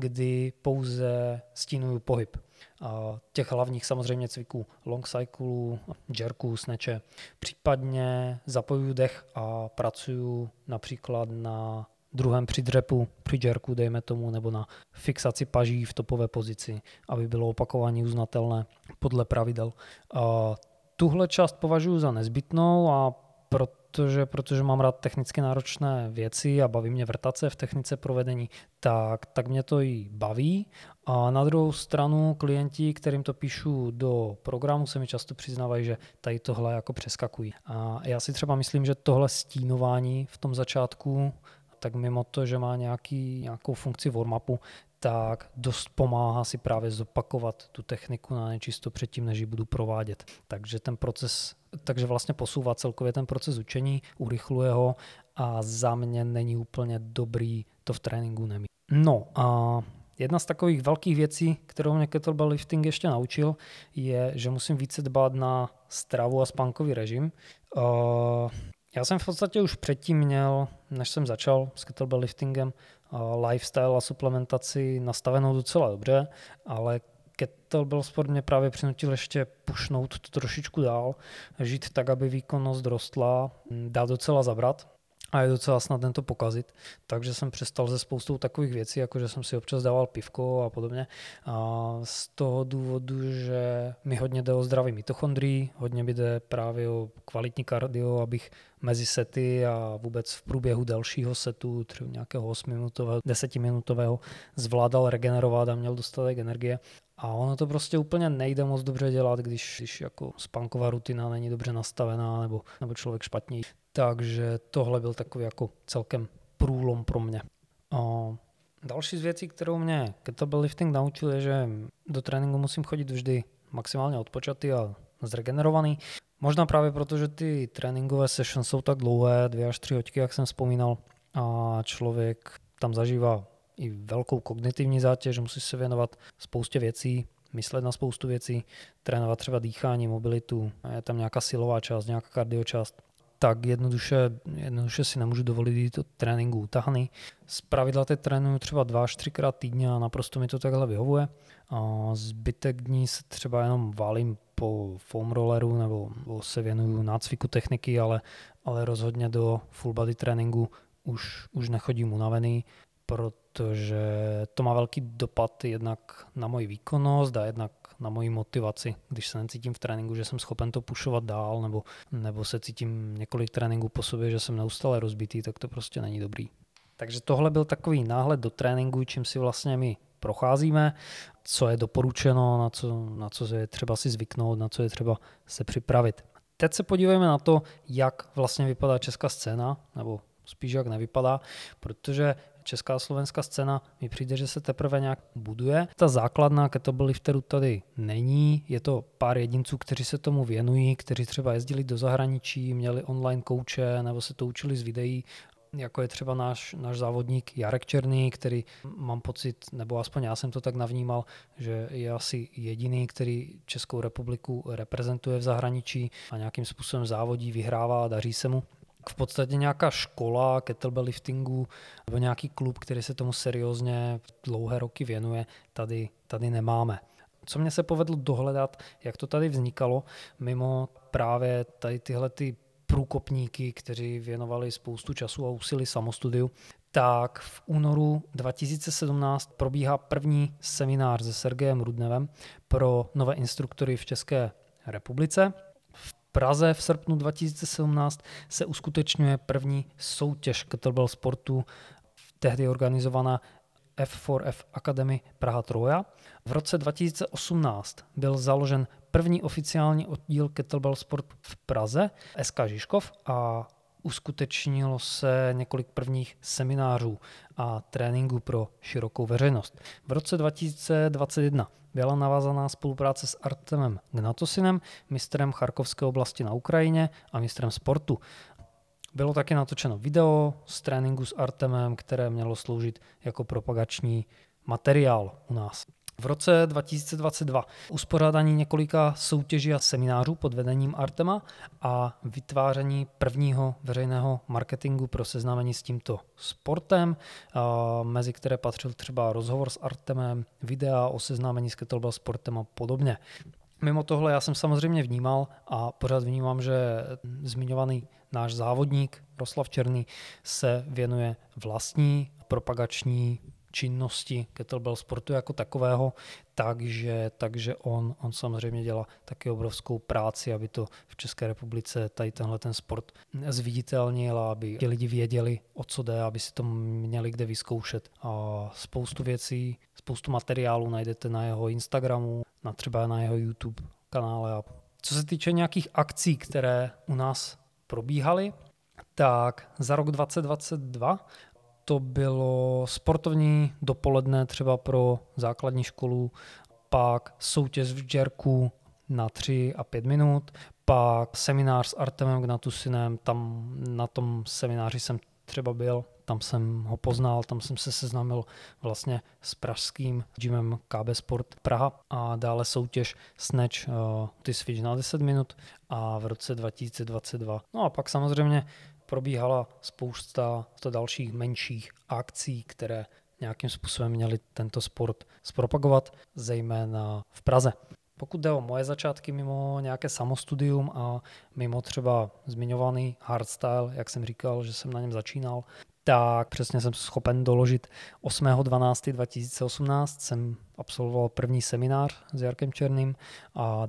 kdy pouze stínuju pohyb. Těch hlavních samozřejmě cviků, long cyclů, jerků, snatche. Případně zapojuju dech a pracuju například na druhém přidřepu při jerku, dejme tomu, nebo na fixaci paží v topové pozici, aby bylo opakování uznatelné podle pravidel. Tuhle část považuji za nezbytnou, a protože mám rád technicky náročné věci a baví mě vrtat se v technice provedení, tak mě to i baví. A na druhou stranu klienti, kterým to píšu do programu, se mi často přiznávají, že tady tohle jako přeskakují. A já si třeba myslím, že tohle stínování v tom začátku, tak mimo to, že má nějakou funkci warm-upu, tak dost pomáhá si právě zopakovat tu techniku na nečisto předtím, než ji budu provádět. Takže ten proces takže vlastně posouvá celkově ten proces učení, urychluje ho a za mě není úplně dobrý to v tréninku nemít. No a jedna z takových velkých věcí, kterou mě kettlebell lifting ještě naučil, je, že musím více dbát na stravu a spánkový režim. Já jsem v podstatě už předtím měl, než jsem začal s kettlebell liftingem, lifestyle a suplementaci nastavenou docela dobře, ale kettlebell sport mě právě přinutil ještě pušnout to trošičku dál, žít tak, aby výkonnost rostla, dá docela zabrat a je docela snadné to pokazit. Takže jsem přestal se spoustou takových věcí, jako že jsem si občas dával pivko a podobně. A z toho důvodu, že mi hodně jde o zdraví mitochondrií, hodně mi jde právě o kvalitní kardio, abych mezi sety a vůbec v průběhu dalšího setu, třeba nějakého 8-minutového, 10-minutového, zvládal regenerovat a měl dostatek energie. A ono to prostě úplně nejde moc dobře dělat, když jako spánková rutina není dobře nastavená nebo člověk špatně. Takže tohle byl takový jako celkem průlom pro mě. A další z věcí, kterou mě kettlebell lifting naučil, je, že do tréninku musím chodit vždy maximálně odpočatý a zregenerovaný. Možná právě proto, že ty tréninkové sessions jsou tak dlouhé, 2 až 3 hodiny, jak jsem vzpomínal, a člověk tam zažívá i velkou kognitivní zátěž, musí se věnovat spoustě věcí, myslet na spoustu věcí, trénovat třeba dýchání, mobilitu, je tam nějaká silová část, nějaká kardiočást, tak jednoduše si nemůžu dovolit jít do tréninku utahaný. Zpravidla teď trénuju třeba 2 až 3 krát týdně a naprosto mi to takhle vyhovuje. A zbytek dní se třeba jenom válím po foam rolleru nebo se věnuju nácviku techniky, ale rozhodně do full body tréninku už nechodím unavený, protože to má velký dopad jednak na moji výkonnost a jednak na moji motivaci. Když se necítím v tréninku, že jsem schopen to pušovat dál, nebo se cítím několik tréninků po sobě, že jsem neustále rozbitý, tak to prostě není dobrý. Takže tohle byl takový náhled do tréninku, čím si vlastně my procházíme, co je doporučeno, na co je třeba si zvyknout, na co je třeba se připravit. Teď se podívejme na to, jak vlastně vypadá česká scéna, nebo spíš jak nevypadá, protože česká a slovenská scéna mi přijde, že se teprve nějak buduje. Ta základna kettlebell lifterů tady není, je to pár jedinců, kteří se tomu věnují, kteří třeba jezdili do zahraničí, měli online kouče nebo se to učili z videí, jako je třeba náš závodník Jarek Černý, který mám pocit, nebo aspoň já jsem to tak navnímal, že je asi jediný, který Českou republiku reprezentuje v zahraničí a nějakým způsobem závodí, vyhrává a daří se mu. V podstatě nějaká škola kettlebell liftingu nebo nějaký klub, který se tomu seriózně dlouhé roky věnuje, tady nemáme. Co mě se povedlo dohledat, jak to tady vznikalo, mimo právě tady tyhle ty průkopníky, kteří věnovali spoustu času a úsilí samostudiu, tak v únoru 2017 probíhá první seminář se Sergejem Rudnevem pro nové instruktory v České republice. V Praze v srpnu 2017 se uskutečňuje první soutěž kettlebell sportu, tehdy organizovaná F4F Academy Praha Troja. V roce 2018 byl založen první oficiální oddíl kettlebell sport v Praze, SK Žižkov, a uskutečnilo se několik prvních seminářů a tréninků pro širokou veřejnost. V roce 2021 byla navázaná spolupráce s Artemem Gnatosinem, mistrem Charkovské oblasti na Ukrajině a mistrem sportu. Bylo taky natočeno video z tréninku s Artemem, které mělo sloužit jako propagační materiál u nás. V roce 2022 uspořádání několika soutěží a seminářů pod vedením Artema a vytváření prvního veřejného marketingu pro seznámení s tímto sportem, mezi které patřil třeba rozhovor s Artemem, videa o seznámení s kettlebell sportem a podobně. Mimo tohle já jsem samozřejmě vnímal a pořád vnímám, že zmiňovaný náš závodník Roslav Černý se věnuje vlastní propagační činnosti kettlebell sportu jako takového, takže on samozřejmě dělá taky obrovskou práci, aby to v České republice tady tenhle ten sport zviditelnil a aby ti lidi věděli, o co jde, aby si to měli kde vyzkoušet. A spoustu věcí, spoustu materiálů najdete na jeho Instagramu, třeba na jeho YouTube kanále. Co se týče nějakých akcí, které u nás probíhaly, tak za rok 2022 to bylo sportovní dopoledne třeba pro základní školu, pak soutěž v jerku na 3 a 5 minut, Pak seminář s Artemem Gnatusinem, tam na tom semináři jsem třeba byl, tam jsem ho poznal, tam jsem se seznámil vlastně s pražským gymem KB Sport Praha a dále soutěž Snatch ty switch na 10 minut a v roce 2022. No a pak samozřejmě probíhala spousta dalších menších akcí, které nějakým způsobem měly tento sport zpropagovat, zejména v Praze. Pokud jde o moje začátky mimo nějaké samostudium a mimo třeba zmiňovaný hardstyle, jak jsem říkal, že jsem na něm začínal, tak přesně jsem schopen doložit 8.12.2018 jsem absolvoval první seminář s Jarkem Černým a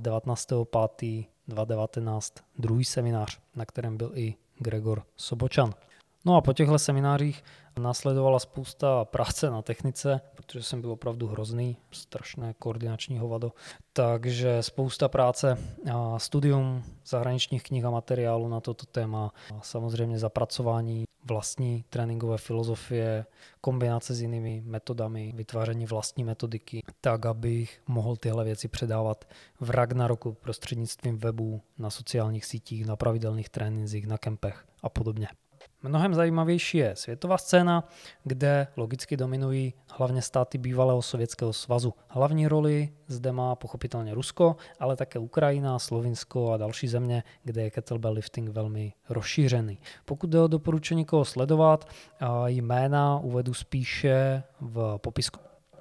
19.5.2019 druhý seminář, na kterém byl i Gregor Sobočan. No a po těchto seminářích následovala spousta práce na technice, protože jsem byl opravdu hrozný, strašné koordinační hovado. Takže spousta práce a studium zahraničních knih a materiálu na toto téma. A samozřejmě zapracování vlastní tréninkové filozofie, kombinace s jinými metodami, vytváření vlastní metodiky, tak abych mohl tyhle věci předávat v Ragnaroku prostřednictvím webu, na sociálních sítích, na pravidelných trénincích, na kempech a podobně. Mnohem zajímavější je světová scéna, kde logicky dominují hlavně státy bývalého Sovětského svazu. Hlavní roli zde má pochopitelně Rusko, ale také Ukrajina, Slovinsko a další země, kde je kettlebell lifting velmi rozšířený. Pokud jde o doporučení koho sledovat, jména uvedu spíše v popisku.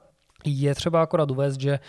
Je třeba akorát uvést, že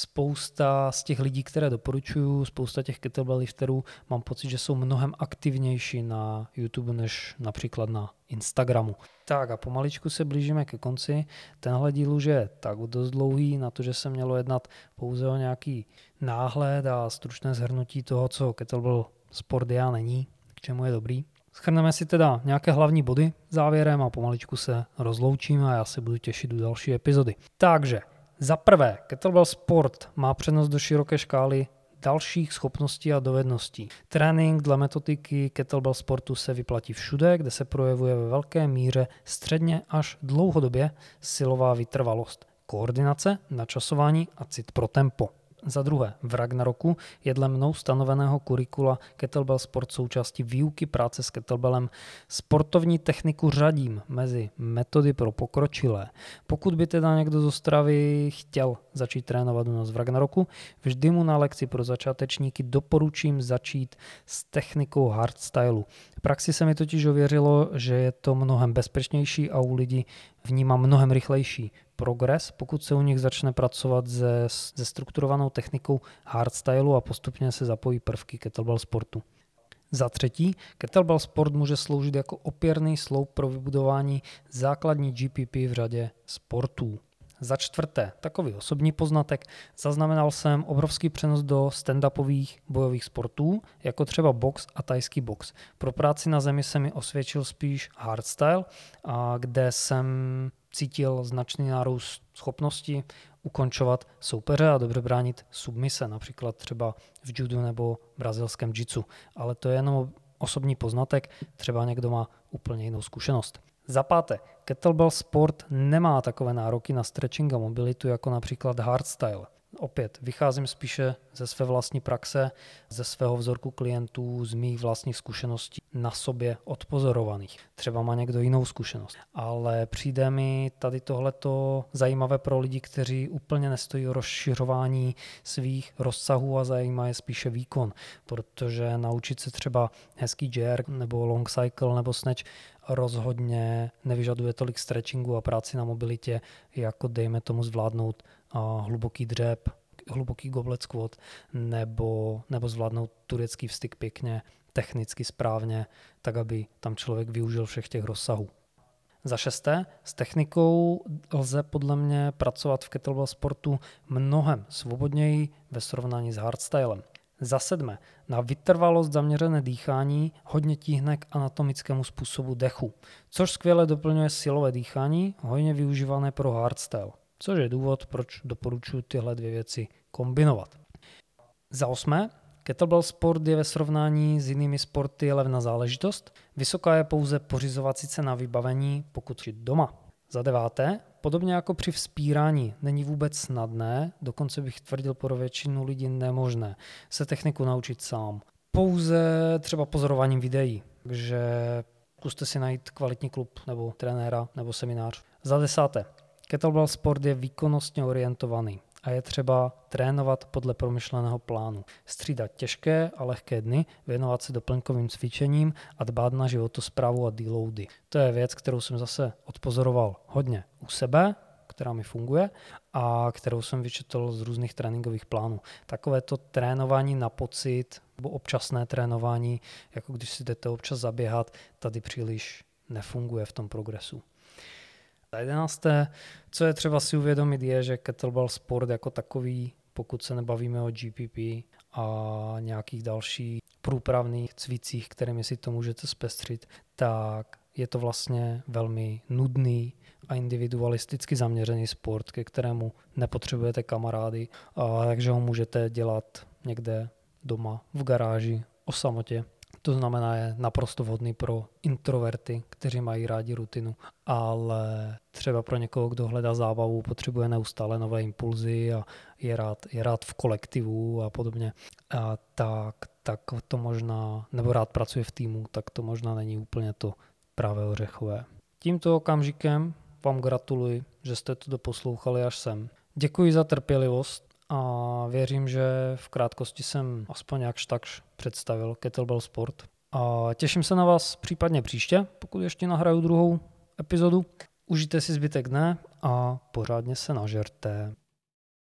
spousta z těch lidí, které doporučuju, spousta těch kettlebell lifterů, mám pocit, že jsou mnohem aktivnější na YouTube než například na Instagramu. Tak a pomaličku se blížíme ke konci. Tenhle díl už je tak dost dlouhý na to, že se mělo jednat pouze o nějaký náhled a stručné shrnutí toho, co kettlebell sport je a není, k čemu je dobrý. Shrneme si teda nějaké hlavní body závěrem a pomaličku se rozloučíme a já se budu těšit do další epizody. Takže za prvé, kettlebell sport má přenos do široké škály dalších schopností a dovedností. Trénink dle metodiky kettlebell sportu se vyplatí všude, kde se projevuje ve velké míře středně až dlouhodobě silová vytrvalost, koordinace, načasování a cit pro tempo. Za druhé, v Ragnaroku je dle mnou stanoveného kurikula kettlebell sport součástí výuky práce s kettlebellem. Sportovní techniku řadím mezi metody pro pokročilé. Pokud by teda někdo z Ostravy chtěl začít trénovat u nás v Ragnaroku, vždy mu na lekci pro začátečníky doporučím začít s technikou hardstylu. V praxi se mi totiž ověřilo, že je to mnohem bezpečnější a u lidí vnímám mnohem rychlejší progres, pokud se u nich začne pracovat se strukturovanou technikou hardstylu a postupně se zapojí prvky kettlebell sportu. Za třetí, kettlebell sport může sloužit jako opěrný sloup pro vybudování základní GPP v řadě sportů. Za čtvrté, takový osobní poznatek, zaznamenal jsem obrovský přenos do stand-upových bojových sportů, jako třeba box a thajský box. Pro práci na zemi se mi osvědčil spíš hardstyle, kde jsem cítil značný nárůst schopnosti ukončovat soupeře a dobře bránit submise, například třeba v judu nebo brazilském jitsu. Ale to je jenom osobní poznatek, třeba někdo má úplně jinou zkušenost. Za páté, kettlebell sport nemá takové nároky na stretching a mobilitu jako například hardstyle. Opět vycházím spíše ze své vlastní praxe, ze svého vzorku klientů, z mých vlastních zkušeností na sobě odpozorovaných. Třeba má někdo jinou zkušenost. Ale přijde mi tady tohleto zajímavé pro lidi, kteří úplně nestojí o rozšiřování svých rozsahů a zajímá je spíše výkon, protože naučit se třeba hezký jerk nebo long cycle nebo snatch rozhodně nevyžaduje tolik stretchingu a práci na mobilitě, jako dejme tomu zvládnout hluboký dřep, hluboký goblet squat nebo zvládnout turecký vstyk pěkně, technicky správně, tak aby tam člověk využil všech těch rozsahů. Za šesté, s technikou lze podle mě pracovat v kettlebell sportu mnohem svobodněji ve srovnání s hardstylem. Za sedmé, na vytrvalost zaměřené dýchání hodně tíhne k anatomickému způsobu dechu, což skvěle doplňuje silové dýchání, hojně využívané pro hardstyle, což je důvod, proč doporučuji tyhle dvě věci kombinovat. Za osmé, kettlebell sport je ve srovnání s jinými sporty levná záležitost, vysoká je pouze pořizovací cena vybavení, pokud jít doma. Za deváté, podobně jako při vzpírání není vůbec snadné, dokonce bych tvrdil pro většinu lidí nemožné se techniku naučit sám. pouze třeba pozorováním videí. Takže zkuste si najít kvalitní klub nebo trenéra nebo seminář. Za 10. Kettlebell sport je výkonnostně orientovaný a je třeba trénovat podle promyšleného plánu. Střídat těžké a lehké dny, věnovat se doplňkovým cvičením a dbát na životosprávu a deloady. To je věc, kterou jsem zase odpozoroval hodně u sebe, která mi funguje a kterou jsem vyčetl z různých tréninkových plánů. Takovéto trénování na pocit nebo občasné trénování, jako když si jdete občas zaběhat, tady příliš nefunguje v tom progresu. Za 11. Co je třeba si uvědomit je, že kettlebell sport jako takový, pokud se nebavíme o GPP a nějakých dalších průpravných cvicích, kterými si to můžete zpestřit, tak je to vlastně velmi nudný a individualisticky zaměřený sport, ke kterému nepotřebujete kamarády, takže ho můžete dělat někde doma, v garáži, o samotě. To znamená, je naprosto vhodný pro introverty, kteří mají rádi rutinu, ale třeba pro někoho, kdo hledá zábavu, potřebuje neustále nové impulzy a je rád v kolektivu a podobně, tak to možná, nebo rád pracuje v týmu, tak to možná není úplně to pravé ořechové. Tímto okamžikem vám gratuluji, že jste to doposlouchali až sem. Děkuji za trpělivost a věřím, že v krátkosti jsem aspoň jakž takž představil kettlebell sport. A těším se na vás případně příště, pokud ještě nahraju druhou epizodu. Užijte si zbytek dne a pořádně se nažerte.